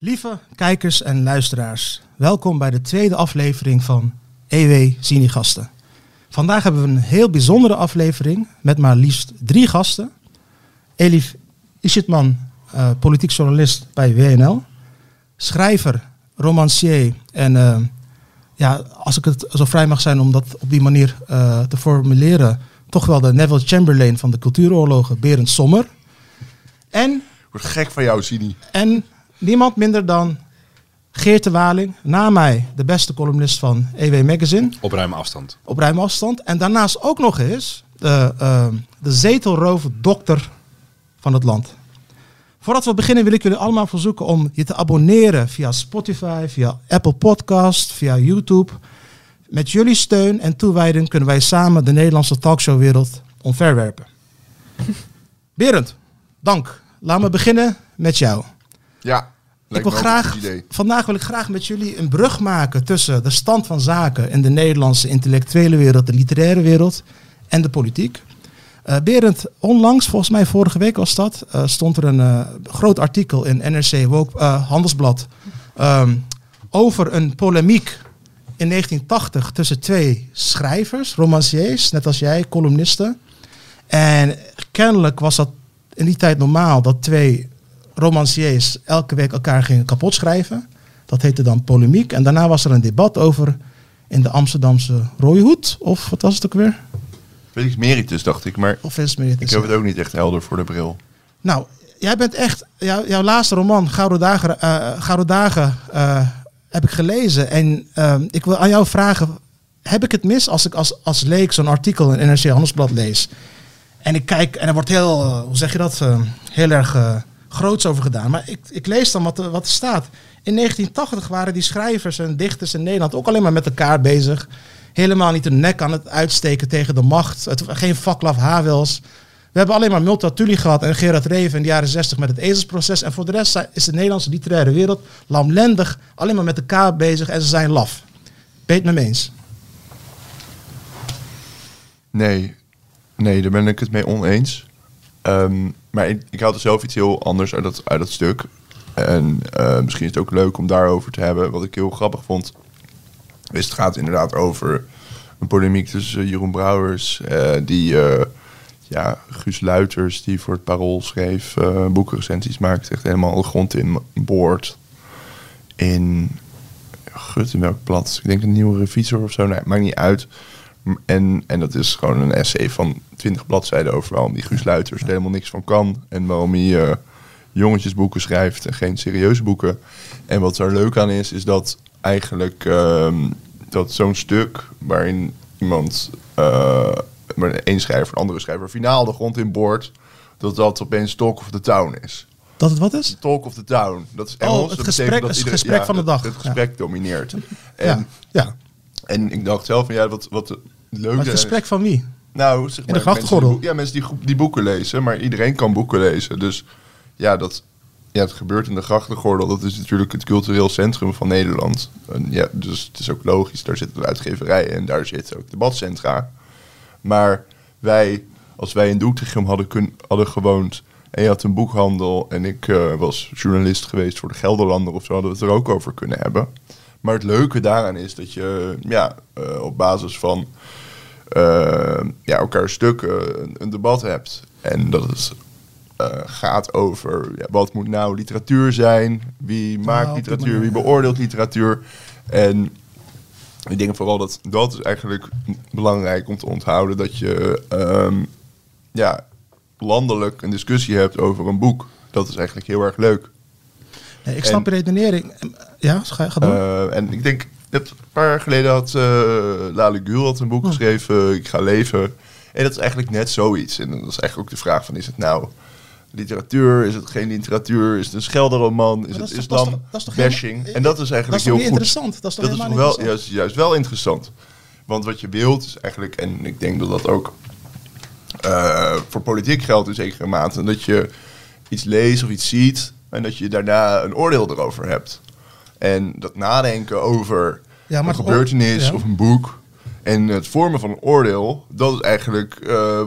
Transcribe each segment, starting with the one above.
Lieve kijkers en luisteraars, welkom bij de tweede aflevering van EW Cinegasten. Vandaag hebben we een heel bijzondere aflevering met maar liefst 3 gasten. Elif Ishitman, politiek journalist bij WNL, schrijver, romancier en als ik het zo vrij mag zijn om dat op die manier te formuleren, toch wel de Neville Chamberlain van de cultuuroorlogen, Berend Sommer. En word gek van jou, Sini. En niemand minder dan Geert de Waling, na mij de beste columnist van EW Magazine. Op ruime afstand. Op ruime afstand. En daarnaast ook nog eens de zetelroofdokter van het land. Voordat we beginnen wil ik jullie allemaal verzoeken om je te abonneren via Spotify, via Apple Podcast, via YouTube. Met jullie steun en toewijding kunnen wij samen de Nederlandse talkshowwereld omverwerpen. Berend, dank. Laten we beginnen met jou. Ja, vandaag wil ik graag met jullie een brug maken tussen de stand van zaken in de Nederlandse intellectuele wereld, de literaire wereld en de politiek. Berend, onlangs, volgens mij vorige week was dat, stond er een groot artikel in NRC Handelsblad over een polemiek in 1980 tussen 2 schrijvers, romanciers, net als jij, columnisten. En kennelijk was dat in die tijd normaal dat 2 romanciers elke week elkaar gingen kapot schrijven. Dat heette dan polemiek. En daarna was er een debat over in de Amsterdamse Rooihoed. Of wat was het ook weer? Felix Meritus, dacht ik. Maar of Felix Meritus, ik heb het ook niet echt helder voor de bril. Nou, jij bent echt... Jouw laatste roman, Gouden Dagen, heb ik gelezen. En ik wil aan jou vragen... Heb ik het mis als ik als leek zo'n artikel in NRC Handelsblad lees? En ik kijk en er wordt heel... hoe zeg je dat? Heel erg... groots over gedaan. Maar ik lees dan wat er staat. In 1980 waren die schrijvers en dichters in Nederland ook alleen maar met elkaar bezig. Helemaal niet de nek aan het uitsteken tegen de macht. Geen Vaclav Havels. We hebben alleen maar Multatuli gehad en Gerard Reven in de jaren 60 met het ezelsproces. En voor de rest is de Nederlandse literaire wereld lamlendig alleen maar met elkaar bezig en ze zijn laf. Ben je het met me eens? Nee, daar ben ik het mee oneens. Maar ik had er zelf iets heel anders uit dat stuk. En misschien is het ook leuk om daarover te hebben. Wat ik heel grappig vond, is het gaat inderdaad over een polemiek tussen Jeroen Brouwers, Guus Luiters, die voor het Parool schreef, boekenrecensies maakt, echt helemaal de grond in boord. In welk blad? Ik denk een Nieuwe Revisor of zo. Nee, maakt niet uit. En dat is gewoon een essay van 20 bladzijden over waarom die Guus Luiters er helemaal niks van kan. En waarom hij jongetjesboeken schrijft en geen serieuze boeken. En wat er leuk aan is dat eigenlijk dat zo'n stuk waarin iemand, een schrijver, een andere schrijver, finaal de grond in boort, dat opeens Talk of the Town is. Dat het wat is? Talk of the Town. Dat is Engels. Het gesprek van de dag. Het gesprek domineert. Ja. En ik dacht zelf van wat leuk. Maar het gesprek van wie? Nou, zeg maar, in de grachtgordel. Mensen die boeken lezen, maar iedereen kan boeken lezen. Dus het gebeurt in de grachtgordel. Dat is natuurlijk het cultureel centrum van Nederland. En dus het is ook logisch, daar zitten de uitgeverijen en daar zitten ook debatcentra. Maar als wij in Doetinchem hadden gewoond en je had een boekhandel en ik was journalist geweest voor de Gelderlander of zo, hadden we het er ook over kunnen hebben. Maar het leuke daaraan is dat je op basis van elkaar stukken een debat hebt. En dat het gaat over wat moet nou literatuur zijn? Wie maakt literatuur? Wie beoordeelt literatuur? En ik denk vooral dat is eigenlijk belangrijk om te onthouden. Dat je landelijk een discussie hebt over een boek. Dat is eigenlijk heel erg leuk. Nee, ik snap je redenering. Ja, ga door. En ik denk, een paar jaar geleden had Lale Gül een boek geschreven, Ik ga leven. En dat is eigenlijk net zoiets. En dat is eigenlijk ook de vraag van, is het nou literatuur? Is het geen literatuur? Is het een scheldenroman? Is het islam-bashing? En dat is eigenlijk heel goed. Interessant. Dat is toch wel juist wel interessant. Want wat je wilt is eigenlijk, en ik denk dat dat ook voor politiek geldt in zekere mate, dat je iets leest of iets ziet en dat je daarna een oordeel erover hebt. En dat nadenken over een gebeurtenis of een boek En het vormen van een oordeel, dat is eigenlijk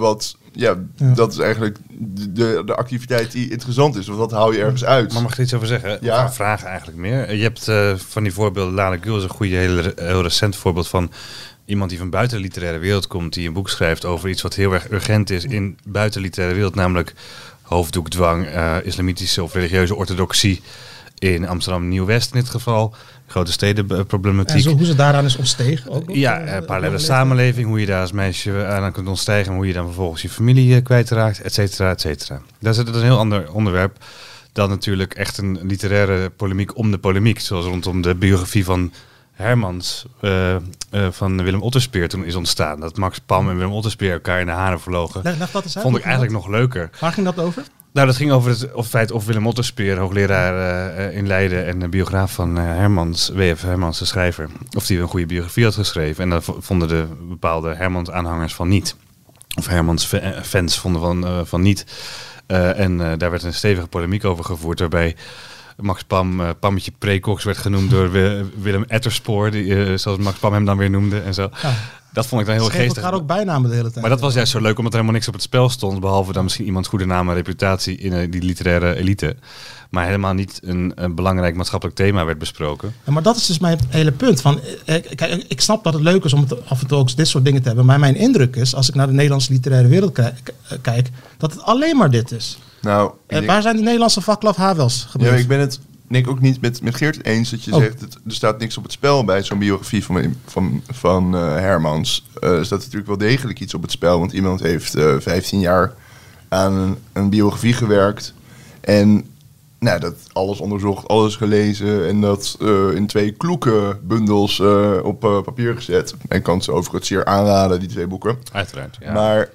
dat is eigenlijk de activiteit die interessant is. Want dat haal je ergens uit. Maar mag ik er iets over zeggen? Ja. Een vraag eigenlijk meer. Je hebt van die voorbeelden, Lale Gül is een goede, heel recent voorbeeld van iemand die van buiten de literaire wereld komt, die een boek schrijft over iets wat heel erg urgent is in buiten de literaire wereld, namelijk hoofddoekdwang, islamitische of religieuze orthodoxie in Amsterdam Nieuw-West in dit geval. Grote stedenproblematiek. En hoe ze daaraan is ontstegen. Ook nog, parallele samenleving, hoe je daar als meisje aan kunt ontstijgen, hoe je dan vervolgens je familie kwijtraakt, et cetera, et cetera. Dat is een heel ander onderwerp dan natuurlijk echt een literaire polemiek om de polemiek, zoals rondom de biografie van Hermans van Willem Otterspeer toen is ontstaan. Dat Max Pam en Willem Otterspeer elkaar in de haren vlogen. Vond ik eigenlijk nog leuker. Waar ging dat over? Nou, dat ging over het feit of Willem Otterspeer, hoogleraar in Leiden en biograaf van Hermans, W.F. Hermans, de schrijver, of die een goede biografie had geschreven. En dat vonden de bepaalde Hermans-aanhangers van niet. Of Hermans-fans vonden van niet. Daar werd een stevige polemiek over gevoerd, waarbij Max Pam, Pammetje Precox werd genoemd door Willem Etterspoor, zoals Max Pam hem dan weer noemde en zo. Ja. Dat vond ik dan heel geestig. Ze elkaar ook bijnamen de hele tijd. Maar dat was juist zo leuk, omdat er helemaal niks op het spel stond, behalve dan misschien iemands goede naam en reputatie in die literaire elite. Maar helemaal niet een belangrijk maatschappelijk thema werd besproken. Ja, maar dat is dus mijn hele punt. Kijk, ik snap dat het leuk is om af en toe ook dit soort dingen te hebben. Maar mijn indruk is, als ik naar de Nederlandse literaire wereld kijk, dat het alleen maar dit is. Nou, waar zijn de Nederlandse Vaclav Havels gebleven? Ja, ik ben het denk ik ook niet met Geert eens dat je zegt, er staat niks op het spel bij zo'n biografie van Hermans. Er staat natuurlijk wel degelijk iets op het spel, want iemand heeft 15 jaar aan een biografie gewerkt en dat alles onderzocht, alles gelezen en dat in 2 kloeke bundels op papier gezet. En kan ze overigens zeer aanraden, die 2 boeken. Uiteraard, ja. Maar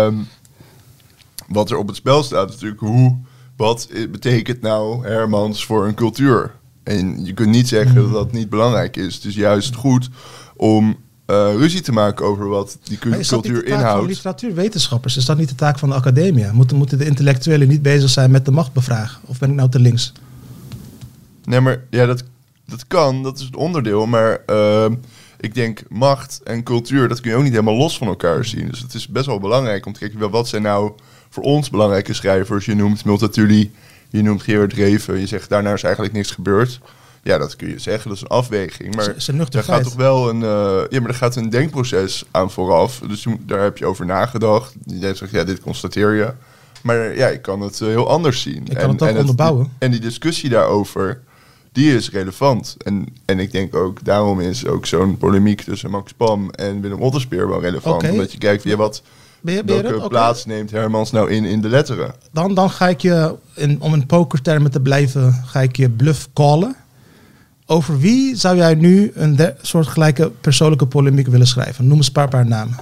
wat er op het spel staat is natuurlijk wat betekent nou Hermans voor een cultuur? En je kunt niet zeggen dat dat niet belangrijk is. Het is juist goed om ruzie te maken over wat die cultuur inhoudt. Maar is dat niet de taak van literatuurwetenschappers? Is dat niet de taak van de academia? Moeten de intellectuelen niet bezig zijn met de macht bevragen? Of ben ik nou te links? Nee, maar ja, dat kan. Dat is een onderdeel. Maar ik denk macht en cultuur, dat kun je ook niet helemaal los van elkaar zien. Dus het is best wel belangrijk om te kijken, wat zijn nou voor ons belangrijke schrijvers? Je noemt Multatuli, je noemt Gerard Reven. Je zegt, daarna is eigenlijk niks gebeurd. Ja, dat kun je zeggen, dat is een afweging. Maar daar gaat toch wel maar er gaat een denkproces aan vooraf. Dus daar heb je over nagedacht. Je zegt, dit constateer je. Maar ja, ik kan het heel anders zien. Ik kan het ook onderbouwen. En die discussie daarover, die is relevant. En ik denk ook, daarom is ook zo'n polemiek tussen Max Pam en Willem Otterspeer wel relevant. Okay. Omdat je kijkt, welke plaats neemt Hermans nou in de letteren? Dan ga ik je, om in pokertermen te blijven, ga ik je bluff callen. Over wie zou jij nu een soortgelijke persoonlijke polemiek willen schrijven? Noem eens een paar namen.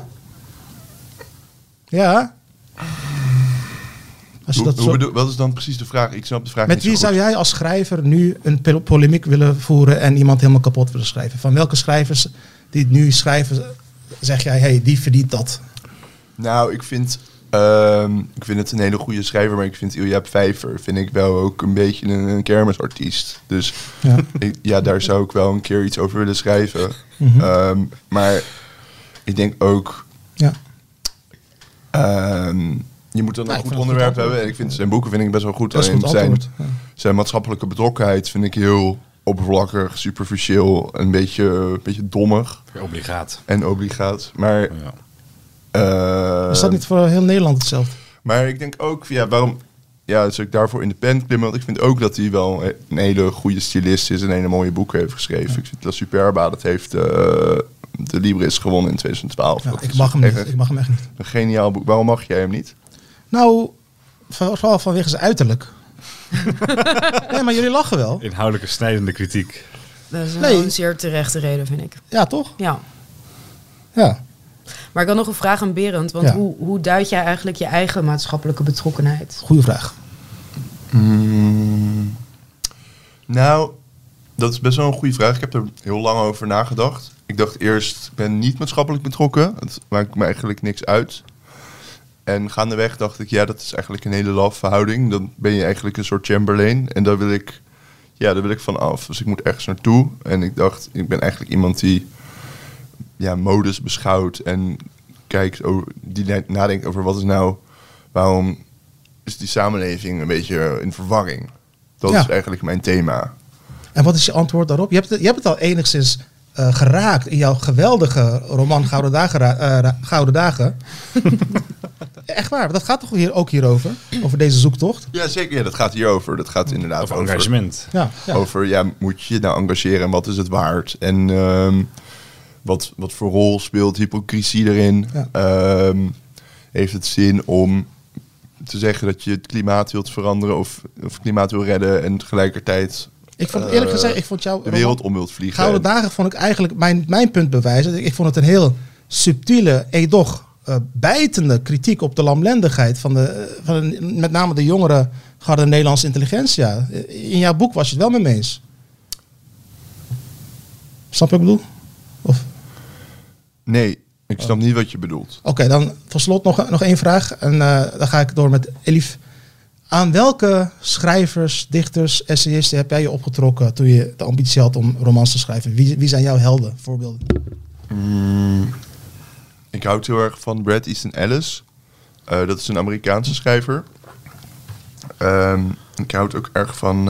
Ja. Wat is dan precies de vraag? Ik snap de vraag niet. Met wie zou jij als schrijver nu een polemiek willen voeren en iemand helemaal kapot willen schrijven? Van welke schrijvers die het nu schrijven, zeg jij, die verdient dat? Nou, ik vind het een hele goede schrijver, maar ik vind Ilja Vijver vind ik wel ook een beetje een kermisartiest. Dus daar zou ik wel een keer iets over willen schrijven. Mm-hmm. Maar ik denk ook, je moet dan een goed onderwerp hebben. En ik vind zijn boeken best wel goed. Dat is alleen zijn maatschappelijke betrokkenheid vind ik heel oppervlakkig, superficieel, een beetje dommig. Obligaat. Maar is dat niet voor heel Nederland hetzelfde? Maar ik denk ook, waarom dus ik daarvoor in de pen klim, want ik vind ook dat hij wel een hele goede stylist is en hele mooie boeken heeft geschreven. Ja. Ik vind La Superba, dat heeft de Libris gewonnen in 2012. Ja, ik mag hem echt niet. Een geniaal boek. Waarom mag jij hem niet? Nou, vooral vanwege zijn uiterlijk. Nee, maar jullie lachen wel. Inhoudelijke snijdende kritiek. Dat is een zeer terechte reden, vind ik. Ja, toch? Ja. Ja. Maar ik had nog een vraag aan Berend. Want hoe duid jij eigenlijk je eigen maatschappelijke betrokkenheid? Goeie vraag. Nou, dat is best wel een goede vraag. Ik heb er heel lang over nagedacht. Ik dacht eerst, ik ben niet maatschappelijk betrokken. Het maakt me eigenlijk niks uit. En gaandeweg dacht ik, dat is eigenlijk een hele laf verhouding. Dan ben je eigenlijk een soort Chamberlain. En daar wil ik van af. Dus ik moet ergens naartoe. En ik dacht, ik ben eigenlijk iemand die modus beschouwt en nadenkt over wat is nou, waarom is die samenleving een beetje in verwarring. Dat is eigenlijk mijn thema. En wat is je antwoord daarop? Je hebt het al enigszins geraakt in jouw geweldige roman Gouden Dagen. Echt waar, dat gaat toch ook hierover? Over deze zoektocht? Ja, zeker. Ja, dat gaat hierover. Dat gaat inderdaad over engagement. Over, moet je je nou engageren en wat is het waard? En wat voor rol speelt hypocrisie erin? Ja. Heeft het zin om te zeggen dat je het klimaat wilt veranderen of het klimaat wil redden en tegelijkertijd ik vond eerlijk gezegd, jouw de wereld om wilt vliegen. Gouden Dagen vond ik eigenlijk mijn punt bewijzen. Ik vond het een heel subtiele, edoch bijtende kritiek op de lamlendigheid van met name de jongere garde Nederlandse intelligentsia. In jouw boek was je het wel mee eens. Snap je wat ik bedoel? Of? Nee, ik snap niet wat je bedoelt. Oké, dan tot slot nog één vraag. En dan ga ik door met Elif. Aan welke schrijvers, dichters, essayisten heb jij je opgetrokken toen je de ambitie had om romans te schrijven? Wie zijn jouw helden, voorbeelden? Ik houd heel erg van Bret Easton Ellis. Dat is een Amerikaanse schrijver. Ik houd ook erg van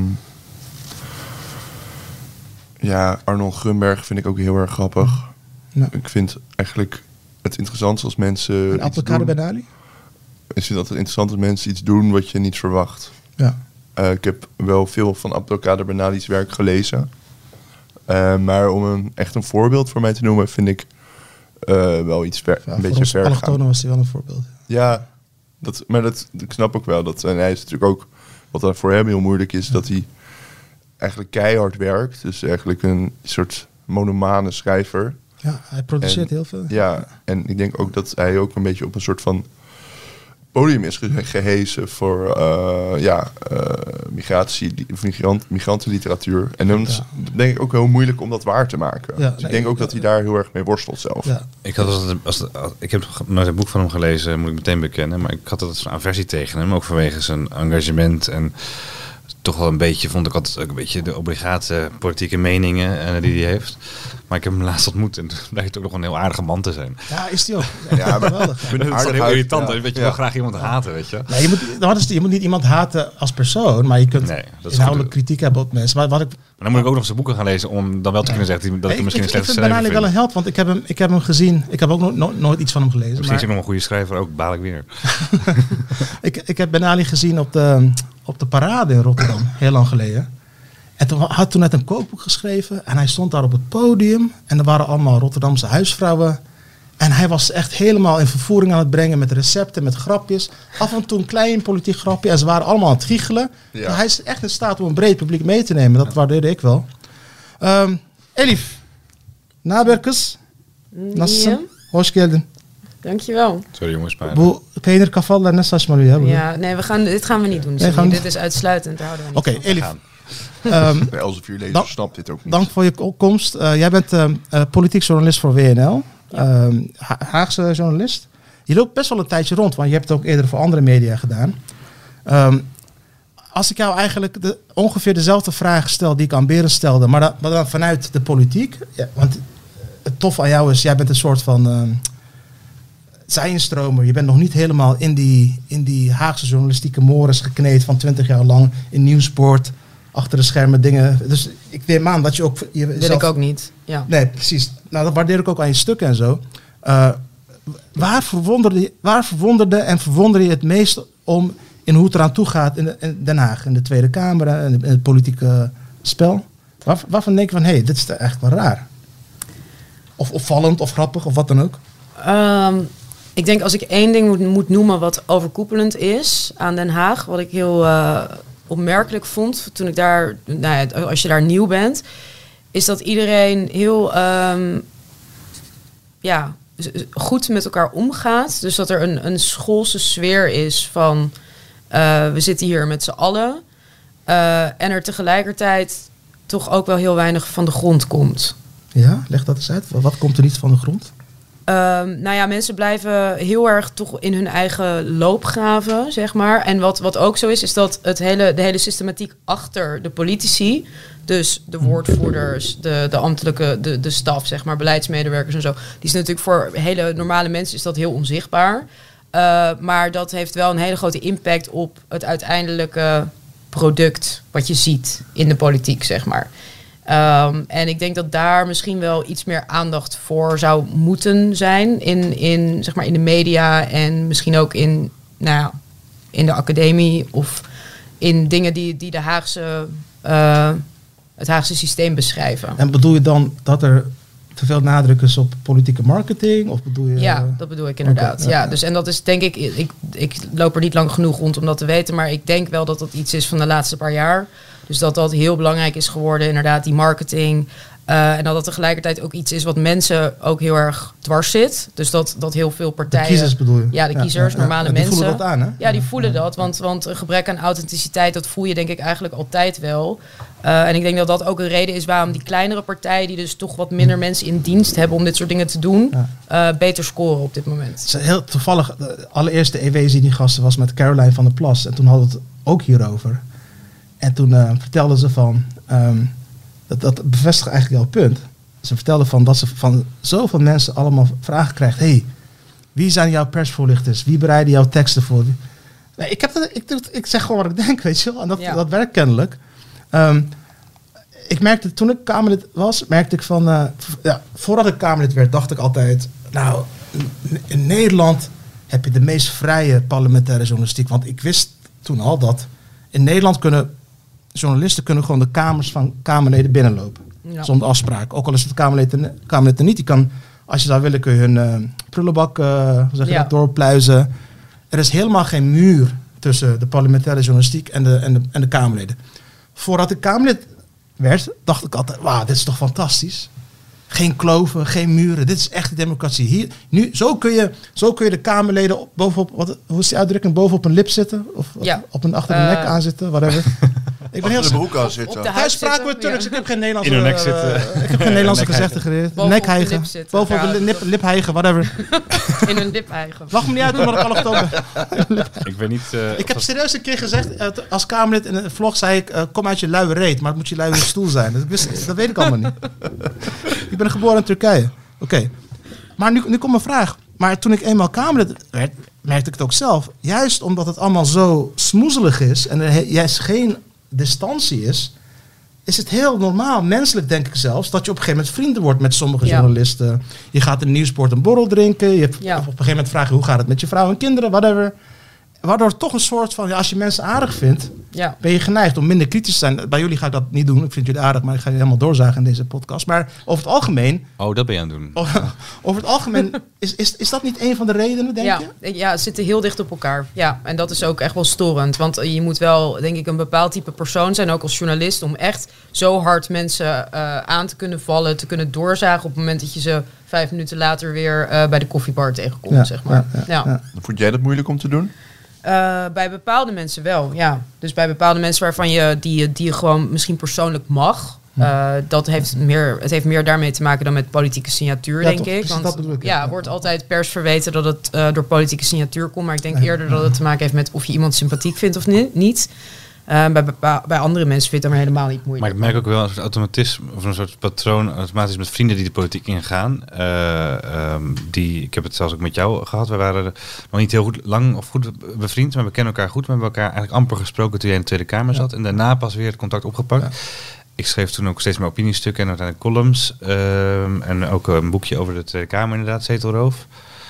Arnold Grunberg vind ik ook heel erg grappig. Ja. Ik vind eigenlijk het interessant als mensen Abdelkader Ben Ali? Ik vind het altijd interessant als mensen iets doen wat je niet verwacht. Ja. Ik heb wel veel van Abdelkader Ben Ali's werk gelezen. Maar om echt een voorbeeld voor mij te noemen, vind ik wel iets een beetje ver gaan. Allochtonen was hij wel een voorbeeld. Ja, ik snap ook wel. En hij is natuurlijk ook, wat er voor hem heel moeilijk is, dat hij eigenlijk keihard werkt. Dus eigenlijk een soort monomane schrijver. Ja, hij produceert heel veel. Ja, en ik denk ook dat hij ook een beetje op een soort van podium is gehezen voor migrantenliteratuur. En dan denk ik ook heel moeilijk om dat waar te maken. Ja, dus ik denk ook dat hij daar heel erg mee worstelt zelf. Ja. Ik heb nooit een boek van hem gelezen, moet ik meteen bekennen. Maar ik had altijd een aversie tegen hem, ook vanwege zijn engagement en toch wel een beetje, vond ik altijd ook een beetje de obligate politieke meningen die hij heeft. Maar ik heb hem laatst ontmoet en toen blijkt het ook nog een heel aardige man te zijn. Ja, is die ook. Ja, maar geweldig. Ik vind het heel irritant. Ja. Weet je wel graag iemand haten, weet je. Nee, je moet niet iemand haten als persoon, maar je kunt inhoudelijk kritiek hebben op mensen. Maar dan moet ik ook nog zijn boeken gaan lezen om dan wel te kunnen zeggen dat ik misschien een slechte schrijver vind. Ik vind Ben Ali wel een held, want ik heb hem gezien. Ik heb ook nooit iets van hem gelezen. Misschien is hij nog een goede schrijver, ook baal ik weer. ik heb Ben Ali gezien op de Parade in Rotterdam, heel lang geleden. En had toen net een kookboek geschreven en hij stond daar op het podium en er waren allemaal Rotterdamse huisvrouwen. En hij was echt helemaal in vervoering aan het brengen met recepten, met grapjes. Af en toe een klein politiek grapje en ze waren allemaal aan het giechelen. Ja. Hij is echt in staat om een breed publiek mee te nemen. Dat waardeerde ik wel. Elif, naberkes, nasılsın? Hoş geldin. Dankjewel. Sorry jongens, maar Bu peynir kafalar ne saçmalıyor ya? Ja, nee, dit gaan we niet doen. Nee, dit is uitsluitend. Daar houden we niet Oké, Elif. Als een lezer snapt dit ook niet. Dank voor je komst. Jij bent politiek journalist voor WNL. Ja. Haagse journalist. Je loopt best wel een tijdje rond, want je hebt het ook eerder voor andere media gedaan. Als ik jou eigenlijk ongeveer dezelfde vraag stel die ik aan Berend stelde, maar dan vanuit de politiek. Ja, want het tof aan jou is, jij bent een soort van zijnstromer. Je bent nog niet helemaal in die Haagse journalistieke mores gekneed van 20 jaar lang in Nieuwsport. Achter de schermen dingen. Dus ik neem aan dat je ook... Wil ik ook niet. Ja. Nee, precies. Nou, dat waardeer ik ook aan je stukken en zo. Waar verwonderde en verwonder je het meest om in hoe het eraan toe gaat in Den Haag, in de Tweede Kamer en in het politieke spel? Waarvan denk je van, dit is eigenlijk wel raar? Of opvallend of grappig of wat dan ook? Ik denk als ik één ding moet noemen wat overkoepelend is aan Den Haag, wat ik heel opmerkelijk vond toen ik daar, als je daar nieuw bent, is dat iedereen heel goed met elkaar omgaat. Dus dat er een schoolse sfeer is van we zitten hier met z'n allen. En er tegelijkertijd toch ook wel heel weinig van de grond komt. Ja, leg dat eens uit. Wat komt er niet van de grond? Mensen blijven heel erg toch in hun eigen loopgraven, zeg maar. En wat ook zo is dat de hele systematiek achter de politici, dus de woordvoerders, de ambtelijke, de staf, zeg maar, beleidsmedewerkers en zo, die is natuurlijk voor hele normale mensen is dat heel onzichtbaar. Maar dat heeft wel een hele grote impact op het uiteindelijke product wat je ziet in de politiek, zeg maar. En ik denk dat daar misschien wel iets meer aandacht voor zou moeten zijn in de media en misschien ook in de academie of in dingen die het Haagse systeem beschrijven. En bedoel je dan dat er te veel nadruk is op politieke marketing? Of bedoel je... Ja, dat bedoel ik inderdaad. Okay, Dus, en dat is denk ik loop er niet lang genoeg rond om dat te weten, maar ik denk wel dat dat iets is van de laatste paar jaar. Dus dat heel belangrijk is geworden, inderdaad, die marketing. En dat tegelijkertijd ook iets is wat mensen ook heel erg dwars zit. Dus dat heel veel partijen... De kiezers bedoel je? Ja, de kiezers, normale mensen. Die voelen dat aan, hè? Ja, die voelen dat. Want een gebrek aan authenticiteit, dat voel je denk ik eigenlijk altijd wel. En ik denk dat dat ook een reden is waarom die kleinere partijen, die dus toch wat minder mensen in dienst hebben om dit soort dingen te doen, beter scoren op dit moment. Het is heel toevallig, de allereerste EW's die gasten was met Caroline van der Plas. En toen hadden we het ook hierover. En toen vertelde ze van... Dat bevestigt eigenlijk jouw punt. Ze vertelde van dat ze van zoveel mensen allemaal vragen krijgt. Hey, wie zijn jouw persvoorlichters? Wie bereiden jouw teksten voor? Nee, ik zeg gewoon wat ik denk, weet je wel. En dat werkt kennelijk. Ik merkte, toen ik Kamerlid was, merkte ik van... voordat ik Kamerlid werd, dacht ik altijd... Nou, in Nederland heb je de meest vrije parlementaire journalistiek. Want ik wist toen al dat in Nederland journalisten kunnen gewoon de kamers van Kamerleden binnenlopen. Ja. Zonder afspraak. Ook al is het Kamerlid er niet. Die kan, als je zou willen, kun je hun prullenbak doorpluizen. Er is helemaal geen muur tussen de parlementaire journalistiek en de Kamerleden. Voordat ik Kamerlid werd, dacht ik altijd, wauw, dit is toch fantastisch. Geen kloven, geen muren. Dit is echt de democratie. Hier, nu, zo kun je de Kamerleden bovenop, hoe is die uitdrukking, bovenop een lip zitten? Of op een achter de nek aanzitten, whatever. Ik ben heel de broek aan zitten. Thuis spraken we Turks. Ik heb geen Nederlandse... In hun nek zitten. Ik heb geen Nederlandse gezegden geleerd. Nekhijgen. Bovenop de liphijgen, whatever. In een liphijgen. Lach me niet uit omdat ik allochtoon ben. Ik weet niet... ik heb serieus een keer gezegd, als Kamerlid in een vlog zei ik, kom uit je luie reet, maar het moet je luie stoel zijn. Dat weet ik allemaal niet. Ik ben geboren in Turkije. Oké. Maar nu komt mijn vraag. Maar toen ik eenmaal Kamerlid werd, merkte ik het ook zelf. Juist omdat het allemaal zo smoezelig is en er juist geen distantie is het heel normaal, menselijk denk ik zelfs, dat je op een gegeven moment vrienden wordt met sommige journalisten. Je gaat in Nieuwsport een borrel drinken. Je hebt op een gegeven moment vragen, hoe gaat het met je vrouw en kinderen, whatever. Waardoor toch een soort van, als je mensen aardig vindt, ben je geneigd om minder kritisch te zijn. Bij jullie ga ik dat niet doen. Ik vind jullie aardig, maar ik ga je helemaal doorzagen in deze podcast. Maar over het algemeen... Oh, dat ben je aan het doen. Over het algemeen, is dat niet een van de redenen, denk je? Ja, ze zitten heel dicht op elkaar. Ja, en dat is ook echt wel storend. Want je moet wel, denk ik, een bepaald type persoon zijn, ook als journalist, om echt zo hard mensen aan te kunnen vallen, te kunnen doorzagen op het moment dat je ze 5 minuten later weer bij de koffiebar tegenkomt, zeg maar. Ja. Vond jij dat moeilijk om te doen? Bij bepaalde mensen wel, ja. Dus bij bepaalde mensen waarvan die je gewoon misschien persoonlijk mag. Het heeft meer daarmee te maken dan met politieke signatuur, denk ik. Want dat bedoel ik, wordt altijd pers verweten dat het door politieke signatuur komt. Maar ik denk eerder dat het te maken heeft met of je iemand sympathiek vindt of niet. Bij andere mensen vind ik dat maar helemaal niet moeilijk. Maar ik merk ook wel een soort automatisme of een soort patroon automatisch met vrienden die de politiek ingaan. Ik heb het zelfs ook met jou gehad. We waren nog niet heel goed bevriend, maar we kennen elkaar goed. We hebben elkaar eigenlijk amper gesproken toen jij in de Tweede Kamer zat. En daarna pas weer het contact opgepakt. Ja. Ik schreef toen ook steeds meer opiniestukken en uiteindelijk columns. En ook een boekje over de Tweede Kamer inderdaad, Zetelroof.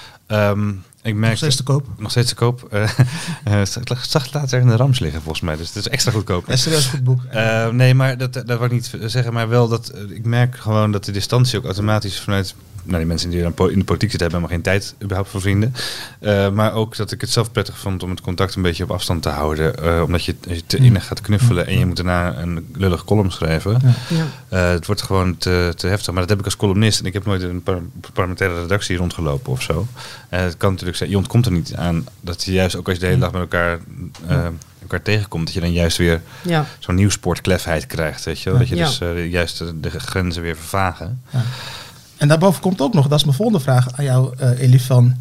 Ik merk, nog steeds te koop. Ik zag het laatst in de Rams liggen volgens mij. Dus het is extra goedkoop. Dat is een goed boek. Nee, maar dat wil ik niet zeggen. Maar wel dat ik merk gewoon dat de distantie ook automatisch vanuit... die mensen die in de politiek zitten hebben helemaal geen tijd überhaupt voor vrienden. Maar ook dat ik het zelf prettig vond om het contact een beetje op afstand te houden. Omdat je te innig gaat knuffelen en je moet daarna een lullige column schrijven. Het wordt gewoon te heftig. Maar dat heb ik als columnist. En ik heb nooit een parlementaire redactie rondgelopen of zo. Het kan natuurlijk zijn, je ontkomt er niet aan dat je juist ook als je de hele dag met elkaar tegenkomt, dat je dan juist weer zo'n nieuwsportklefheid krijgt. Weet je wel? Dat je dus juist de grenzen weer vervagen. En daarboven komt ook nog, dat is mijn volgende vraag aan jou, Elif, van...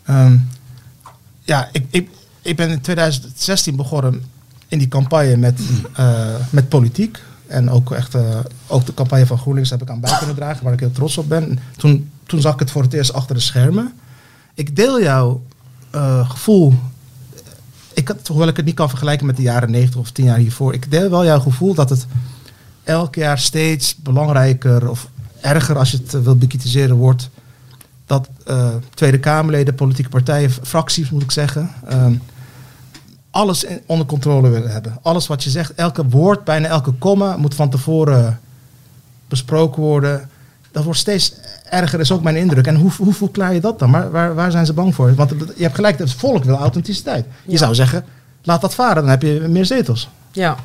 ik ben in 2016 begonnen in die campagne met politiek. En ook echt ook de campagne van GroenLinks heb ik aan bij kunnen dragen, waar ik heel trots op ben. Toen zag ik het voor het eerst achter de schermen. Ik deel jouw gevoel. Hoewel ik het niet kan vergelijken met de jaren 90 of 10 jaar hiervoor. Ik deel wel jouw gevoel dat het elk jaar steeds belangrijker of erger, als je het wilt bekritiseren, wordt. Dat Tweede Kamerleden, politieke partijen, fracties moet ik zeggen, alles onder controle willen hebben. Alles wat je zegt, elke woord, bijna elke komma moet van tevoren besproken worden. Dat wordt steeds erger, is ook mijn indruk. En hoe verklaar je dat dan? Maar waar zijn ze bang voor? Want je hebt gelijk, het volk wil authenticiteit. Je zou zeggen, laat dat varen, dan heb je meer zetels. Ja.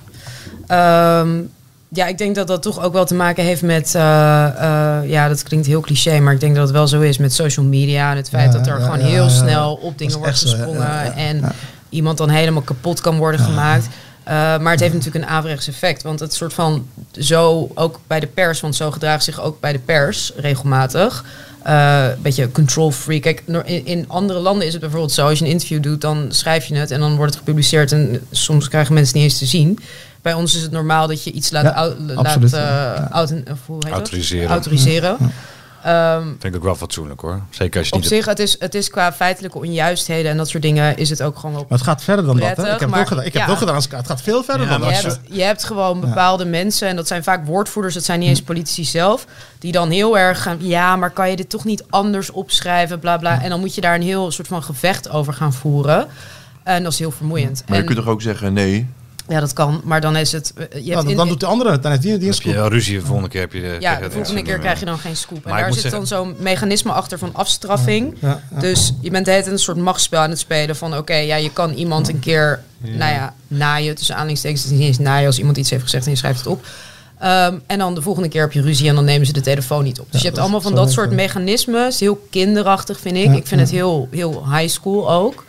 Ja, ik denk dat dat toch ook wel te maken heeft met... dat klinkt heel cliché, maar ik denk dat het wel zo is met social media. En het feit dat er gewoon heel snel op dingen wordt gesprongen. En iemand dan helemaal kapot kan worden gemaakt. Maar het heeft natuurlijk een averechts effect. Want het soort van zo ook bij de pers... want zo gedraagt zich ook bij de pers regelmatig... een beetje control freak. Kijk, in andere landen is het bijvoorbeeld zo... als je een interview doet, dan schrijf je het... en dan wordt het gepubliceerd en soms krijgen mensen het niet eens te zien. Bij ons is het normaal dat je iets autoriseren. Vind ik ook wel fatsoenlijk, hoor. Zeker als je op niet... zich, het is qua feitelijke onjuistheden en dat soort dingen is het ook gewoon wel. Maar het gaat verder dan prettig, dat, hè? Ik heb het ook gedaan. Het gaat veel verder dan dat. Je hebt gewoon bepaalde mensen, en dat zijn vaak woordvoerders, dat zijn niet eens politici zelf, die dan heel erg gaan, maar kan je dit toch niet anders opschrijven, bla bla. En dan moet je daar een heel soort van gevecht over gaan voeren. En dat is heel vermoeiend. Maar je kunt toch ook zeggen nee? Ja, dat kan, maar dan is het... dan doet de andere het, dan heeft die een scoop. Heb je ruzie, de volgende keer heb je... de volgende keer krijg je dan geen scoop. En daar zit dan zo'n mechanisme achter van afstraffing. Ja. Dus je bent de hele tijd een soort machtsspel aan het spelen van... je kan iemand een keer, naaien, tussen aanhalingstekens. Het is niet eens naaien als iemand iets heeft gezegd en je schrijft het op. En dan de volgende keer heb je ruzie en dan nemen ze de telefoon niet op. Dus je hebt allemaal van dat soort mechanismes. Heel kinderachtig, vind ik. Ja, ik vind het heel, heel high school ook.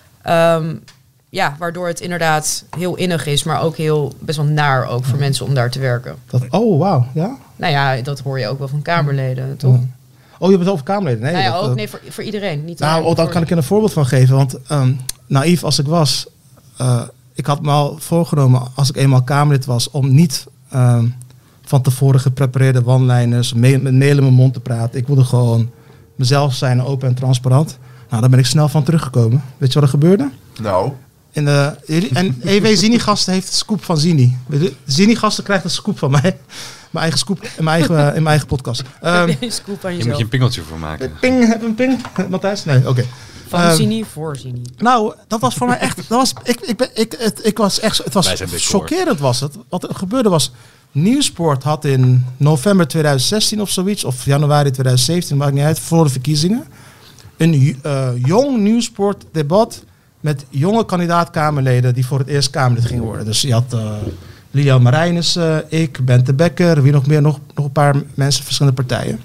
Waardoor het inderdaad heel innig is, maar ook heel best wel naar ook voor mensen om daar te werken. Wauw, ja? Nou ja, dat hoor je ook wel van Kamerleden, toch? Ja. Oh, je hebt het over Kamerleden? Nee, voor iedereen. Niet daar kan ik een voorbeeld van geven. Want naïef als ik was, ik had me al voorgenomen als ik eenmaal Kamerlid was, om niet van tevoren geprepareerde one-liners, met mail in mijn mond te praten. Ik wilde gewoon mezelf zijn, open en transparant. Nou, daar ben ik snel van teruggekomen. Weet je wat er gebeurde? Nou... En EW Zini-gasten heeft de scoop van Zini. Zini-gasten krijgt een scoop van mij. Mijn eigen scoop in mijn eigen podcast. Scoop aan je moet je een pingeltje voor maken. Heb een ping? Matthijs? Nee, oké. Van Zini voor Zini. Nou, dat was voor mij echt... Ik was echt... Het was chockerend was het. Wat er gebeurde was... Nieuwsport had in november 2016 of zoiets... of januari 2017, maakt niet uit... voor de verkiezingen... een jong Nieuwsport debat... met jonge kandidaat-Kamerleden die voor het eerst Kamerlid gingen worden. Dus je had Lilian Marijnissen, ik, Bente Bekker, wie nog meer, nog een paar mensen, verschillende partijen.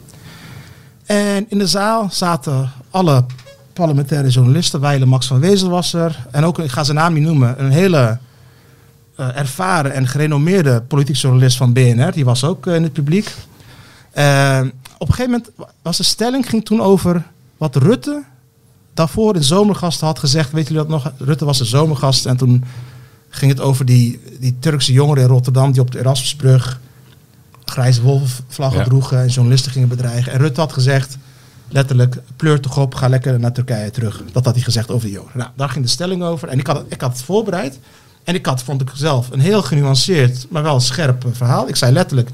En in de zaal zaten alle parlementaire journalisten. Wijle Max van Wezel was er. En ook, ik ga zijn naam niet noemen, een hele ervaren en gerenommeerde politiek journalist van BNR. Die was ook in het publiek. Op een gegeven moment was de stelling, ging toen over wat Rutte... daarvoor in Zomergasten had gezegd, weten jullie dat nog? Rutte was een zomergast en toen ging het over die Turkse jongeren in Rotterdam die op de Erasmusbrug grijze wolvenvlaggen droegen en journalisten gingen bedreigen. En Rutte had gezegd, letterlijk, pleur toch op, ga lekker naar Turkije terug. Dat had hij gezegd over die jongeren. Nou, daar ging de stelling over en ik had het voorbereid en vond ik zelf, een heel genuanceerd, maar wel scherp verhaal. Ik zei letterlijk,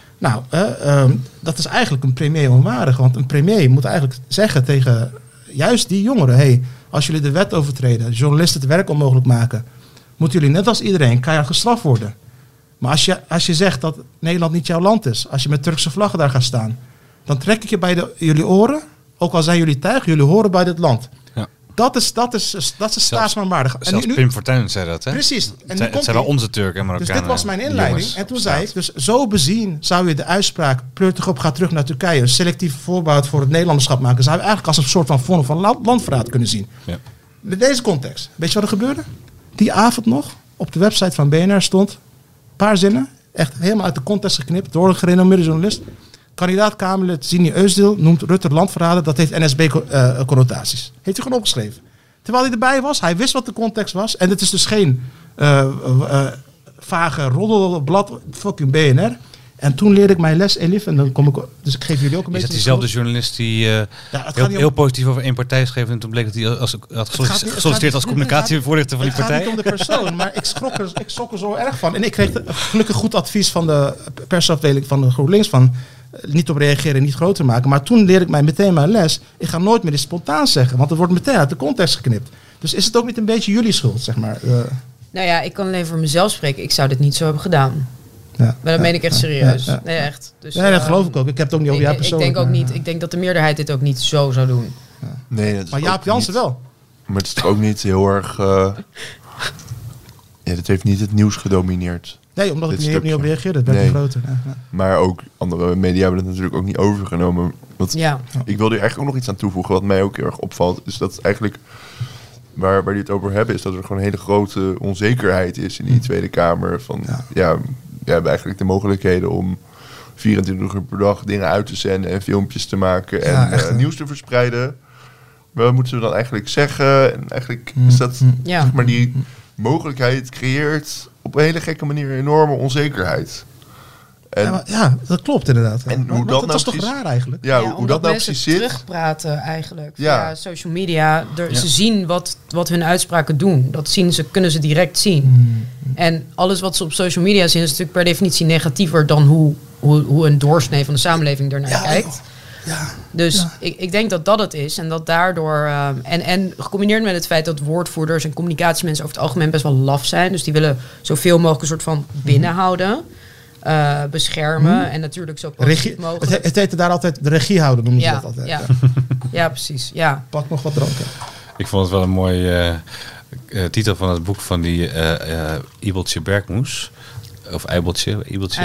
dat is eigenlijk een premier onwaardig, want een premier moet eigenlijk zeggen tegen... juist die jongeren, als jullie de wet overtreden, journalisten het werk onmogelijk maken, moeten jullie net als iedereen keihard gestraft worden. Maar als je zegt dat Nederland niet jouw land is, als je met Turkse vlaggen daar gaat staan, dan trek ik je bij jullie oren, ook al zijn jullie tuig, jullie horen bij dit land. Ja. Dat is staatsmanwaardig. Zelfs Pim Fortuyn zei dat, hè? Precies. En het zijn wel onze Turken en Marokkanen. Dus dit was mijn inleiding. Jongens, en toen zei ik, dus zo bezien zou je de uitspraak pleur toch op, ga terug naar Turkije, een selectieve voorbouw voor het Nederlanderschap maken, zou je eigenlijk als een soort van vorm van landverraad kunnen zien. Ja. Met deze context. Weet je wat er gebeurde? Die avond nog, op de website van BNR stond, een paar zinnen, echt helemaal uit de context geknipt, door een gerenommeerde journalist. Kandidaat Kamerlid Zini Özdil noemt Rutte landverrader. Dat heeft NSB-connotaties. Heeft hij gewoon opgeschreven. Terwijl hij erbij was. Hij wist wat de context was. En het is dus geen vage roddelblad. Fucking BNR. En toen leerde ik mijn les, Elif. En dan kom ik... Dus ik geef jullie ook een beetje... Is dat diezelfde journalist die heel positief over één partij schreef... en toen bleek dat hij had gesolliciteerd als communicatievoorlichter van die partij? Het gaat niet om de persoon, maar ik schrok er zo erg van. En ik kreeg gelukkig goed advies van de persafdeling van de GroenLinks... van niet op reageren, niet groter maken. Maar toen leerde ik mij meteen mijn les. Ik ga nooit meer iets spontaan zeggen, want het wordt meteen uit de context geknipt. Dus is het ook niet een beetje jullie schuld, zeg maar? Nou ja, ik kan alleen voor mezelf spreken. Ik zou dit niet zo hebben gedaan. Ja, maar dat meen ik echt serieus. Ja. Nee, echt. Dus, dat geloof ik ook. Ik heb het ook niet over jou persoonlijk. Ik denk ook niet. Ik denk dat de meerderheid dit ook niet zo zou doen. Ja. Nee, dat is maar Jaap Jansen wel. Maar het is toch ook niet heel erg... dit heeft niet het nieuws gedomineerd. Nee, omdat ik niet op reageerde. Het werd niet groter. Ja. Maar ook andere media hebben het natuurlijk ook niet overgenomen. Ik wilde er eigenlijk ook nog iets aan toevoegen. Wat mij ook heel erg opvalt. Is dat eigenlijk... Waar die het over hebben, is dat er gewoon een hele grote onzekerheid is in die Tweede Kamer. Van we hebben eigenlijk de mogelijkheden om 24 uur per dag dingen uit te zenden en filmpjes te maken en nieuws te verspreiden. Maar wat moeten we dan eigenlijk zeggen? En eigenlijk is dat, zeg maar, die mogelijkheid creëert op een hele gekke manier een enorme onzekerheid. En, dat klopt inderdaad. En hoe dat is toch raar eigenlijk? Ja, hoe dat nou precies zit. Terugpraten eigenlijk via social media. Ze zien wat hun uitspraken doen. Dat kunnen ze direct zien. En alles wat ze op social media zien is natuurlijk per definitie negatiever dan hoe een doorsnee van de samenleving ernaar kijkt. Ja. Dus ik denk dat het is. En dat daardoor... En gecombineerd met het feit dat woordvoerders en communicatiemensen over het algemeen best wel laf zijn. Dus die willen zoveel mogelijk een soort van binnenhouden. Beschermen en natuurlijk zo positief mogelijk. Het heette daar altijd de regie houden, noemen ze dat altijd. Ja, precies. Ja. Pak nog wat drank. Ik vond het wel een mooie titel van het boek van die Ibeltje Bergmoes. Of Eibeltje.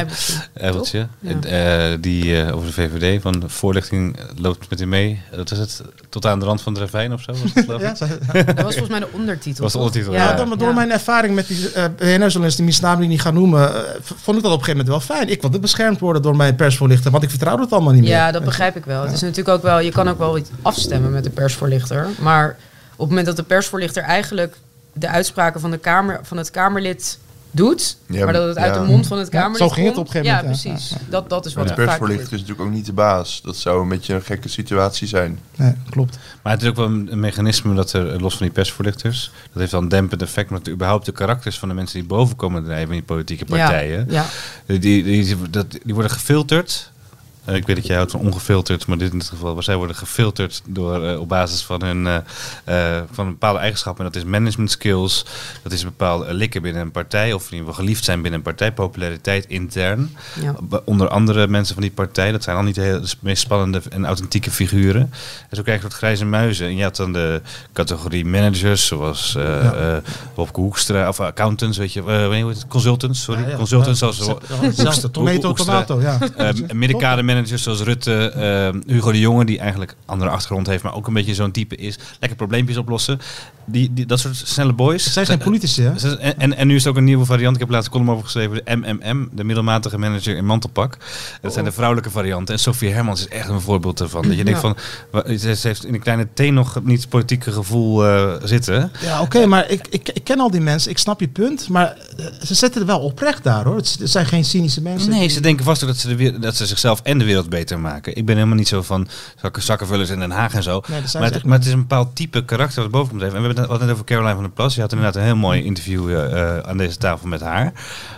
Die over de VVD van de voorlichting loopt met hem mee. Dat is het. Tot aan de rand van de ravijn of zo. Was het, geloof ik? Dat was volgens mij de ondertitel. Was de ondertitel. Door mijn ervaring met die BNR-journalist, die misnaam niet gaan noemen, vond ik dat op een gegeven moment wel fijn. Ik wilde beschermd worden door mijn persvoorlichter, want ik vertrouwde het allemaal niet meer. Ja, dat begrijp ik wel. Het is natuurlijk ook wel, je kan ook wel iets afstemmen met de persvoorlichter. Maar op het moment dat de persvoorlichter eigenlijk de uitspraken van het Kamerlid doet, maar dat het uit de mond van het Kamerlid zo ging het op een gegeven moment. Ja, precies. Dat is wat de persvoorlichter is natuurlijk ook niet de baas. Dat zou een beetje een gekke situatie zijn. Nee, klopt. Maar het is ook wel een mechanisme dat er, los van die persvoorlichters, dat heeft dan een dempend effect, omdat überhaupt de karakters van de mensen die boven komen drijven in die politieke partijen, die worden gefilterd. Ik weet dat jij houdt van ongefilterd, maar dit in dit geval. Maar zij worden gefilterd door, op basis van hun van een bepaalde eigenschappen. En dat is management skills. Dat is bepaalde likken binnen een partij. Of in ieder geval geliefd zijn binnen een partij. Populariteit intern. Ja. Onder andere mensen van die partij. Dat zijn al niet de meest spannende en authentieke figuren. En zo krijg je een soort grijze muizen. En je had dan de categorie managers. Zoals Bobke Hoekstra. Of accountants, weet je. Consultants, sorry. Ja, consultants zoals de tomato. Ja. Middenkader managers zoals Rutte, Hugo de Jonge, die eigenlijk andere achtergrond heeft, maar ook een beetje zo'n type is. Lekker probleempjes oplossen. Dat soort snelle boys. Ze zijn geen politici, hè? En nu is het ook een nieuwe variant. Ik heb laatst een column over geschreven. De MMM, de middelmatige manager in mantelpak. Dat zijn de vrouwelijke varianten. En Sophie Hermans is echt een voorbeeld daarvan. Dat je denkt van, ze heeft in een kleine teen nog niet het politieke gevoel zitten. Ja, oké, maar ik ken al die mensen. Ik snap je punt. Maar ze zetten er wel oprecht daar, hoor. Het zijn geen cynische mensen. Nee, ze denken vast dat ze zichzelf en de wereld beter maken. Ik ben helemaal niet zo van zakkenvullers in Den Haag en zo. Nee, maar het is een bepaald type karakter wat boven komt even. En we hebben het net over Caroline van der Plas. Je had inderdaad een heel mooi interview aan deze tafel met haar.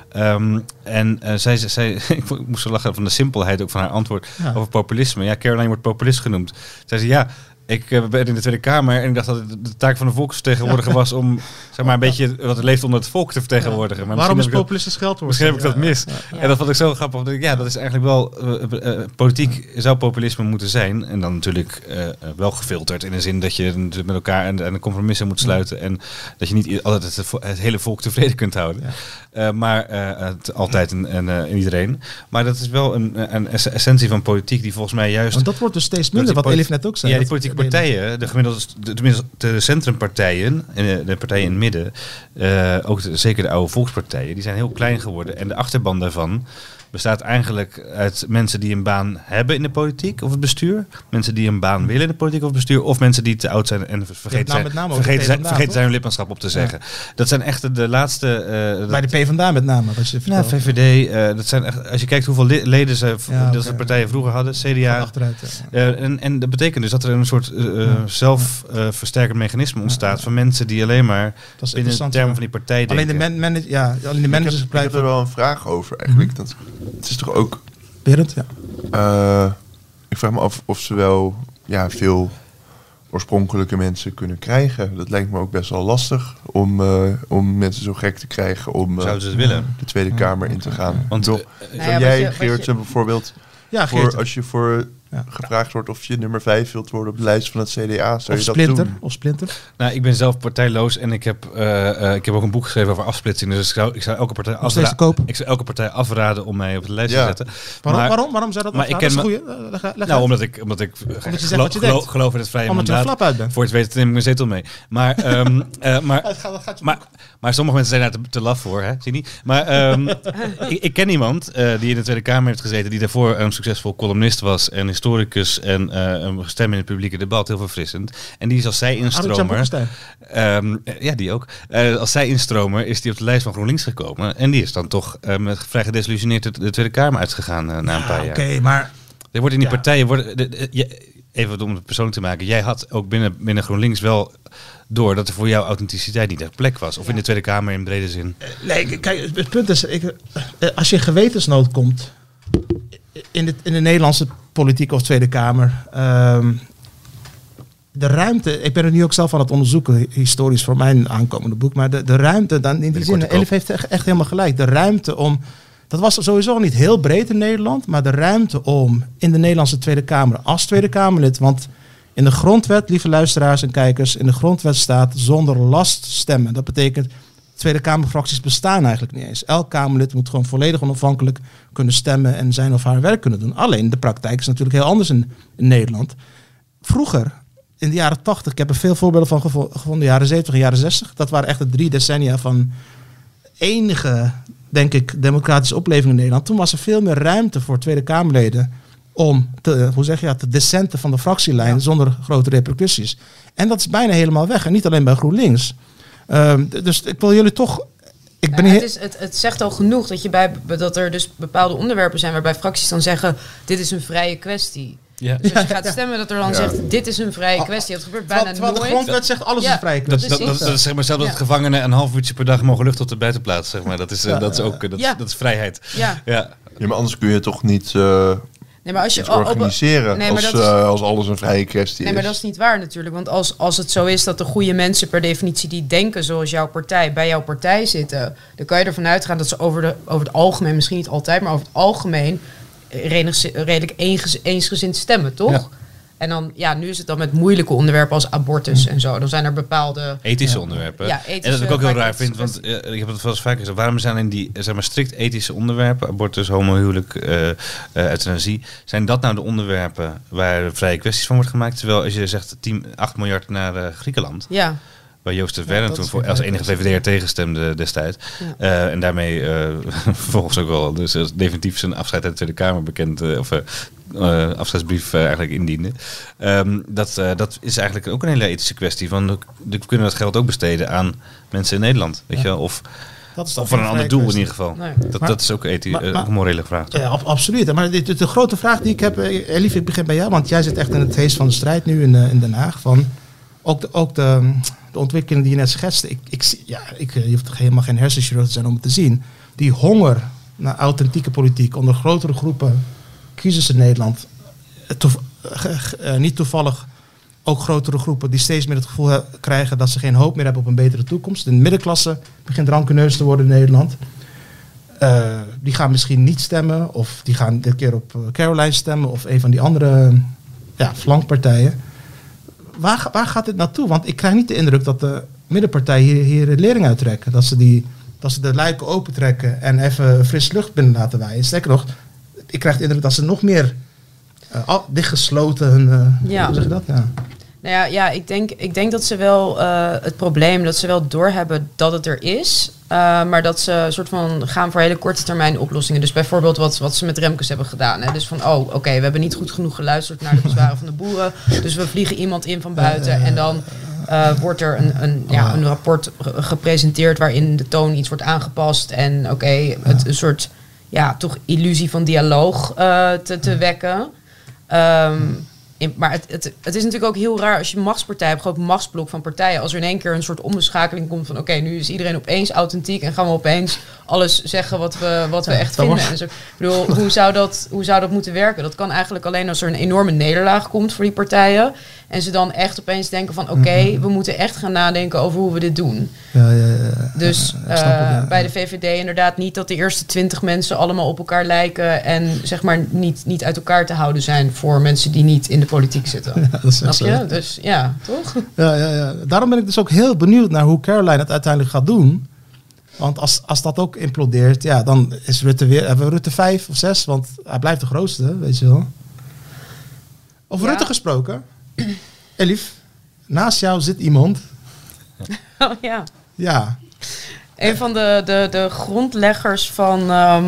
Zij ik moest zo lachen van de simpelheid ook van haar antwoord over populisme. Ja, Caroline wordt populist genoemd. Zij zei ik ben in de Tweede Kamer en ik dacht dat het de taak van de volksvertegenwoordiger was om zeg maar een beetje wat er leeft onder het volk te vertegenwoordigen. Maar waarom is populistisch scheldwoord? Misschien heb ik dat mis. Ja. En dat vond ik zo grappig. Dat is eigenlijk wel politiek zou populisme moeten zijn en dan natuurlijk wel gefilterd in de zin dat je met elkaar en compromissen moet sluiten en dat je niet altijd het hele volk tevreden kunt houden. Ja. Maar altijd en iedereen. Maar dat is wel een essentie van politiek die volgens mij juist. Want dat wordt dus steeds minder, wat Elif net ook zei. Ja, die politieke partijen, de centrumpartijen, de partijen in het midden, ook zeker de oude volkspartijen, die zijn heel klein geworden. En de achterban daarvan, bestaat eigenlijk uit mensen die een baan hebben in de politiek of het bestuur. Mensen die een baan willen in de politiek of het bestuur. Of mensen die te oud zijn en vergeten zijn hun lidmaatschap op te zeggen. Ja. Dat zijn echt de laatste... Bij de PvdA met name. VVD. Dat zijn echt, als je kijkt hoeveel leden ze dat de partijen vroeger hadden. CDA. En dat betekent dus dat er een soort zelfversterkend mechanisme ontstaat van mensen die alleen maar binnen de termen van die partij denken. Alleen de managers ik heb er wel een vraag over eigenlijk. Dat, het is toch ook... Berend, ja. Ik vraag me af of ze wel veel oorspronkelijke mensen kunnen krijgen. Dat lijkt me ook best wel lastig om mensen zo gek te krijgen om zouden ze het willen? De Tweede Kamer in te gaan. Want zou jij, Geertsen, bijvoorbeeld... Ja, als je gevraagd wordt of je nummer 5 wilt worden op de lijst van het CDA, zou je dat doen? Of Splinter? Nou, ik ben zelf partijloos en ik heb ook een boek geschreven over afsplitsing. Dus ik zou elke partij afraden om mij op de lijst te zetten. Waarom zou dat afraden? Omdat ik geloof in het vrije mandaat. Voor het weten neem ik mijn zetel mee. Maar sommige mensen zijn daar te laf voor, hè? Zie je niet? Maar ik ken iemand die in de Tweede Kamer heeft gezeten, die daarvoor een succesvol columnist was en historicus en een stem in het publieke debat, heel verfrissend. En die is als zij instromer... die ook. Als zij instromer is die op de lijst van GroenLinks gekomen. En die is dan toch met vrij gedesillusioneerd de Tweede Kamer uitgegaan na een paar jaar. Oké, maar... Er wordt in die partijen... Even om het persoonlijk te maken. Jij had ook binnen GroenLinks wel door dat er voor jou authenticiteit niet echt plek was. Of in de Tweede Kamer in brede zin. Nee, kijk, het punt is... als je in gewetensnood komt... In de Nederlandse politiek of Tweede Kamer... de ruimte... Ik ben er nu ook zelf aan het onderzoeken... historisch voor mijn aankomende boek... maar de ruimte... dan in die zin... Elif heeft echt helemaal gelijk. De ruimte om... Dat was sowieso niet heel breed in Nederland... maar de ruimte om in de Nederlandse Tweede Kamer... als Tweede Kamerlid... want in de grondwet, lieve luisteraars en kijkers... in de grondwet staat zonder last stemmen. Dat betekent... Tweede Kamerfracties bestaan eigenlijk niet eens. Elk Kamerlid moet gewoon volledig onafhankelijk kunnen stemmen en zijn of haar werk kunnen doen. Alleen de praktijk is natuurlijk heel anders in Nederland. Vroeger, in de jaren 80, ik heb er veel voorbeelden van gevonden, de jaren 70 en jaren 60. Dat waren echt de 3 decennia van enige, denk ik, democratische opleving in Nederland. Toen was er veel meer ruimte voor Tweede Kamerleden om te dissenten van de fractielijn zonder grote repercussies. En dat is bijna helemaal weg. En niet alleen bij GroenLinks. Dus ik wil jullie toch... Het zegt al genoeg dat er dus bepaalde onderwerpen zijn waarbij fracties dan zeggen, dit is een vrije kwestie. Ja. Dus als je gaat stemmen dat er dan zegt, dit is een vrije kwestie. Dat gebeurt bijna nooit. De grondwet zegt alles is een vrije kwestie. Dat is zeg maar zelf dat gevangenen een half uurtje per dag mogen luchten op de buitenplaats. Zeg maar. Dat is vrijheid. Ja, maar anders kun je toch niet... maar als je organiseren als alles een vrije kwestie is. Nee, maar dat is niet waar natuurlijk. Want als het zo is dat de goede mensen per definitie die denken zoals jouw partij bij jouw partij zitten, dan kan je ervan uitgaan dat ze over het algemeen, misschien niet altijd, maar over het algemeen redelijk eensgezind stemmen, toch? Ja. En dan, nu is het dan met moeilijke onderwerpen als abortus en zo. Dan zijn er bepaalde... Ethische onderwerpen. Ja, en dat ik ook heel raar vind, want ik heb het wel eens vaker gezegd. Waarom zijn in die strikt ethische onderwerpen, abortus, homohuwelijk, euthanasie, zijn dat nou de onderwerpen waar vrije kwesties van wordt gemaakt? Terwijl als je zegt 8 miljard naar Griekenland... Ja. Waar Joost de Verne toen als enige VVD'er tegenstemde destijds. Ja. En daarmee vervolgens ook wel dus definitief zijn afscheid uit de Tweede Kamer bekend... afscheidsbrief eigenlijk indiende. Dat is eigenlijk ook een hele ethische kwestie. Van, we kunnen dat geld ook besteden aan mensen in Nederland. Weet je wel? Of voor een ander doel in ieder geval. Nee. Dat is ook een morele vraag. Ja, absoluut. Maar de grote vraag die ik heb... Elif, ik begin bij jou. Want jij zit echt in het heest van de strijd nu in Den Haag. Van, ook de ontwikkeling die je net schetste. Je hoeft helemaal geen hersenchirurg te zijn om het te zien. Die honger naar authentieke politiek onder grotere groepen kiezers in Nederland. Niet toevallig ook grotere groepen die steeds meer het gevoel krijgen dat ze geen hoop meer hebben op een betere toekomst. De middenklasse begint rancuneus te worden in Nederland. Die gaan misschien niet stemmen of die gaan dit keer op Caroline stemmen of een van die andere flankpartijen. Waar gaat dit naartoe? Want ik krijg niet de indruk dat de middenpartijen hier de lering uittrekken. Dat ze de luiken opentrekken en even frisse lucht binnen laten waaien. Sterker nog, ik krijg de indruk dat ze nog meer dichtgesloten hoe zeg je dat? Ja. Nou ik denk dat ze wel het probleem, dat ze wel doorhebben dat het er is. Maar dat ze een soort van gaan voor hele korte termijn oplossingen. Dus bijvoorbeeld wat ze met Remkes hebben gedaan. Hè? Dus van, oké, we hebben niet goed genoeg geluisterd naar de bezwaren van de boeren. Dus we vliegen iemand in van buiten. En dan wordt er een rapport gepresenteerd waarin de toon iets wordt aangepast. En het een soort toch illusie van dialoog te wekken. Maar het is natuurlijk ook heel raar als je een machtspartij hebt, gewoon een machtsblok van partijen. Als er in één keer een soort ombeschakeling komt van nu is iedereen opeens authentiek en gaan we opeens alles zeggen wat we echt vinden. En zo. Ik bedoel, hoe zou dat moeten werken? Dat kan eigenlijk alleen als er een enorme nederlaag komt voor die partijen. En ze dan echt opeens denken van we moeten echt gaan nadenken over hoe we dit doen. Dus bij de VVD inderdaad niet dat de eerste 20 mensen allemaal op elkaar lijken en zeg maar niet uit elkaar te houden zijn voor mensen die niet in de politiek zitten. Ja, dat is snap je? Dus toch? Ja. Daarom ben ik dus ook heel benieuwd naar hoe Caroline het uiteindelijk gaat doen. Want als dat ook implodeert, dan is Rutte weer... Hebben we Rutte 5 of 6? Want hij blijft de grootste, weet je wel. Over Rutte gesproken. Elif, naast jou zit iemand. Oh ja. Ja. Een van de grondleggers van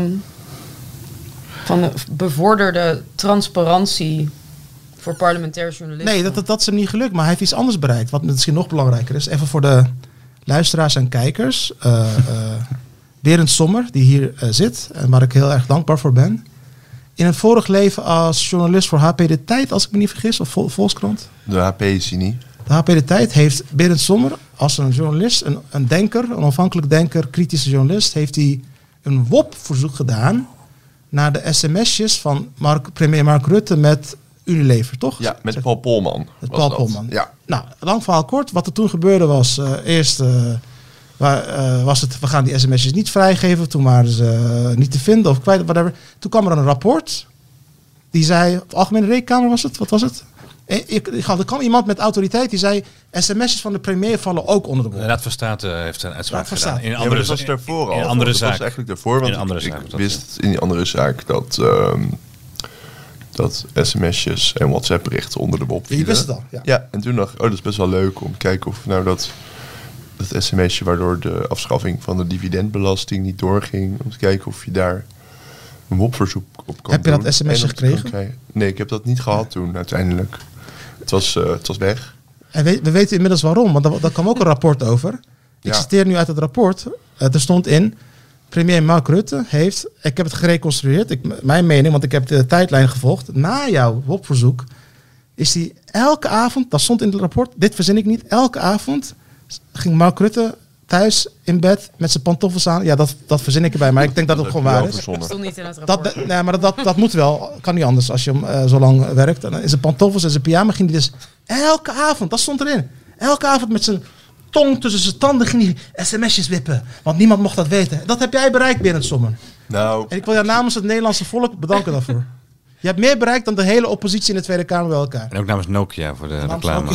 de bevorderde transparantie voor parlementair journalisten. Nee, dat is hem niet gelukt, maar hij heeft iets anders bereikt. Wat misschien nog belangrijker is. Even voor de luisteraars en kijkers. Berend Sommer, die hier zit. En waar ik heel erg dankbaar voor ben. In een vorig leven als journalist voor HP De Tijd, als ik me niet vergis. Of Volkskrant. De HP is hij niet. De HP De Tijd heeft Berend Sommer als een journalist, een denker, een onafhankelijk denker, kritische journalist, heeft hij een WOP-verzoek gedaan naar de sms'jes van premier Mark Rutte met Unilever, toch? Ja, met Paul Polman. Met Paul Polman. Ja. Nou, lang verhaal kort. Wat er toen gebeurde was, eerst was het, we gaan die sms'jes niet vrijgeven. Toen waren ze niet te vinden of kwijt, whatever. Toen kwam er een rapport. Die zei, op de Algemene Rekenkamer was het? Wat was het? Er kwam iemand met autoriteit die zei, sms'jes van de premier vallen ook onder de wet. De Raad van State heeft een uitspraak gedaan. In andere dat was daarvoor al. In andere dat zaak. was eigenlijk daarvoor, want ik wist in die andere zaak dat sms'jes en WhatsApp-berichten onder de WOP vielen. Je wist het al, ja. En toen dacht ik, dat is best wel leuk om te kijken of nou dat sms'je waardoor de afschaffing van de dividendbelasting niet doorging, om te kijken of je daar een WOP-verzoek op kan Heb je doen. dat sms'je gekregen? Nee, ik heb dat niet gehad toen uiteindelijk. Het was weg. En we weten inmiddels waarom, want daar kwam ook een rapport over. Ik citeer nu uit het rapport. Er stond in, premier Mark Rutte heeft, ik heb het gereconstrueerd, mijn mening, want ik heb de tijdlijn gevolgd. Na jouw WOP-verzoek is hij elke avond, dat stond in het rapport, dit verzin ik niet, elke avond ging Mark Rutte thuis in bed met zijn pantoffels aan. Ja, dat verzin ik erbij, maar ik denk dat het gewoon waar is. Dat stond niet in het rapport. Maar dat moet wel. Kan niet anders als je zo lang werkt. Dan in zijn pantoffels en zijn pyjama ging hij dus elke avond, dat stond erin. Elke avond met zijn tong tussen zijn tanden ging hij sms'jes wippen. Want niemand mocht dat weten. Dat heb jij bereikt, Berend Sommer. Nou. En ik wil jou namens het Nederlandse volk bedanken daarvoor. Je hebt meer bereikt dan de hele oppositie in de Tweede Kamer bij elkaar. En ook namens Nokia voor de reclame.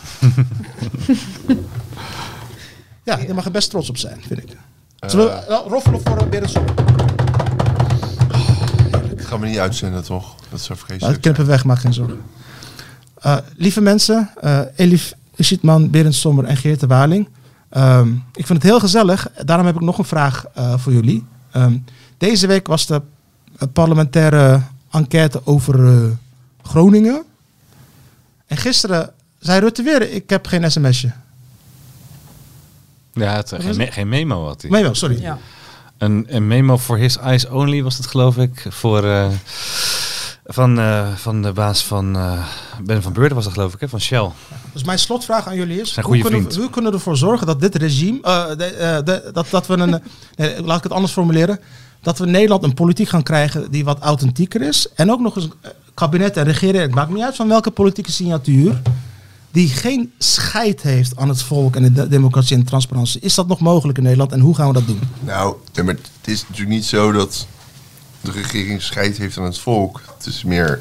Ja, je mag er best trots op zijn, vind ik. Zullen we roffelen voor Berend Sommer? Ik ga me niet uitzenden, toch? Dat is zo vreselijk. Nou, knippen weg, maak geen zorgen. Lieve mensen, Elif Schietman, Berend Sommer en Geert de Waling. Ik vind het heel gezellig. Daarom heb ik nog een vraag voor jullie. Deze week was de parlementaire enquête over Groningen. En gisteren zei Rutte weer, ik heb geen sms'je. Ja, geen memo had hij. Memo, sorry. Ja. Een memo voor his eyes only was het, geloof ik. Voor van de baas van Ben van Beurden was dat, geloof ik, hè? Van Shell. Dus mijn slotvraag aan jullie is, hoe kunnen we ervoor zorgen dat dit regime, dat we een, laat ik het anders formuleren, dat we in Nederland een politiek gaan krijgen die wat authentieker is. En ook nog eens kabinet en regering, het maakt niet uit van welke politieke signatuur, die geen scheid heeft aan het volk en de democratie en de transparantie. Is dat nog mogelijk in Nederland en hoe gaan we dat doen? Nou, maar het is natuurlijk niet zo dat de regering scheid heeft aan het volk. Het is meer,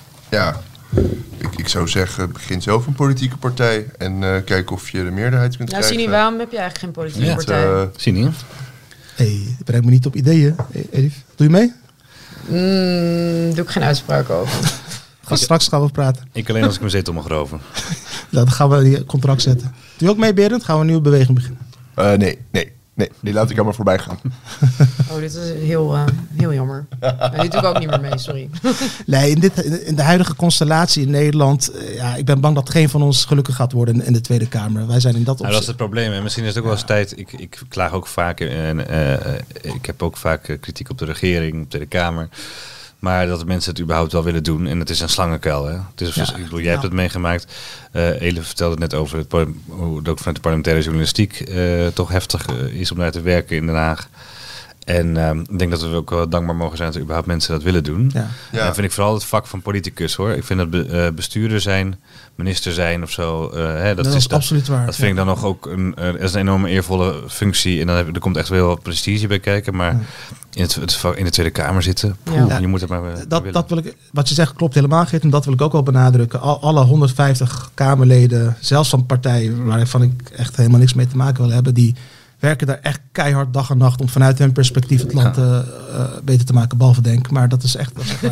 ik zou zeggen, begin zelf een politieke partij en kijk of je de meerderheid kunt krijgen. Sini, waarom heb je eigenlijk geen politieke partij? Sini? Het brengt me niet op ideeën, Elif. Doe je mee? Doe ik geen uitspraak over. Straks gaan we praten. Ik alleen als ik mijn zetel mag roven. Dan gaan we die contract zetten. Doe je ook mee, Berend? Gaan we een nieuwe beweging beginnen? Nee. Nee, die laat ik allemaal voorbij gaan. Oh, dit is heel jammer. Dit doe ik ook niet meer mee, sorry. Nee, in de huidige constellatie in Nederland... ik ben bang dat geen van ons gelukkig gaat worden in de Tweede Kamer. Wij zijn in dat opzicht... dat is het probleem. En misschien is het ook wel eens tijd... Ik klaag ook vaak en ik heb ook vaak kritiek op de regering, op de Tweede Kamer. Maar dat de mensen het überhaupt wel willen doen. En het is een slangenkuil. Hè? Het is, ik bedoel, jij hebt het meegemaakt. Ele vertelde het net over hoe het ook vanuit de parlementaire journalistiek toch heftig is om daar te werken in Den Haag. En ik denk dat we ook wel dankbaar mogen zijn dat er überhaupt mensen dat willen doen. Ja. Ja. En vind ik vooral het vak van politicus hoor. Ik vind dat bestuurder zijn, minister zijn of zo. Dat is absoluut waar. Dat vind ik dan nog ook een enorme eervolle functie. En er komt echt wel wat prestige bij kijken. Maar in de Tweede Kamer zitten, je moet het maar dat wil ik, wat je zegt klopt helemaal, Geert. En dat wil ik ook wel benadrukken. Alle 150 Kamerleden, zelfs van partijen waarvan ik echt helemaal niks mee te maken wil hebben, die werken daar echt keihard dag en nacht om vanuit hun perspectief het land beter te maken, behalve Denk. Maar dat is echt...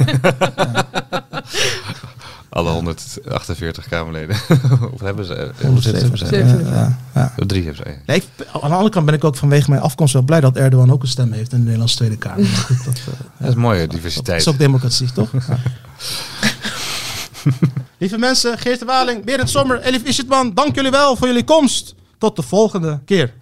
Alle 148 Kamerleden. Of hebben ze? 107. 3 hebben ze. Nee, aan de andere kant ben ik ook vanwege mijn afkomst wel blij dat Erdogan ook een stem heeft in de Nederlandse Tweede Kamer. Dat is mooie diversiteit. Dat is ook democratie, toch? Ja. Lieve mensen, Geert de Waling, Berend Sommer, Elif Ischitman, dank jullie wel voor jullie komst. Tot de volgende keer.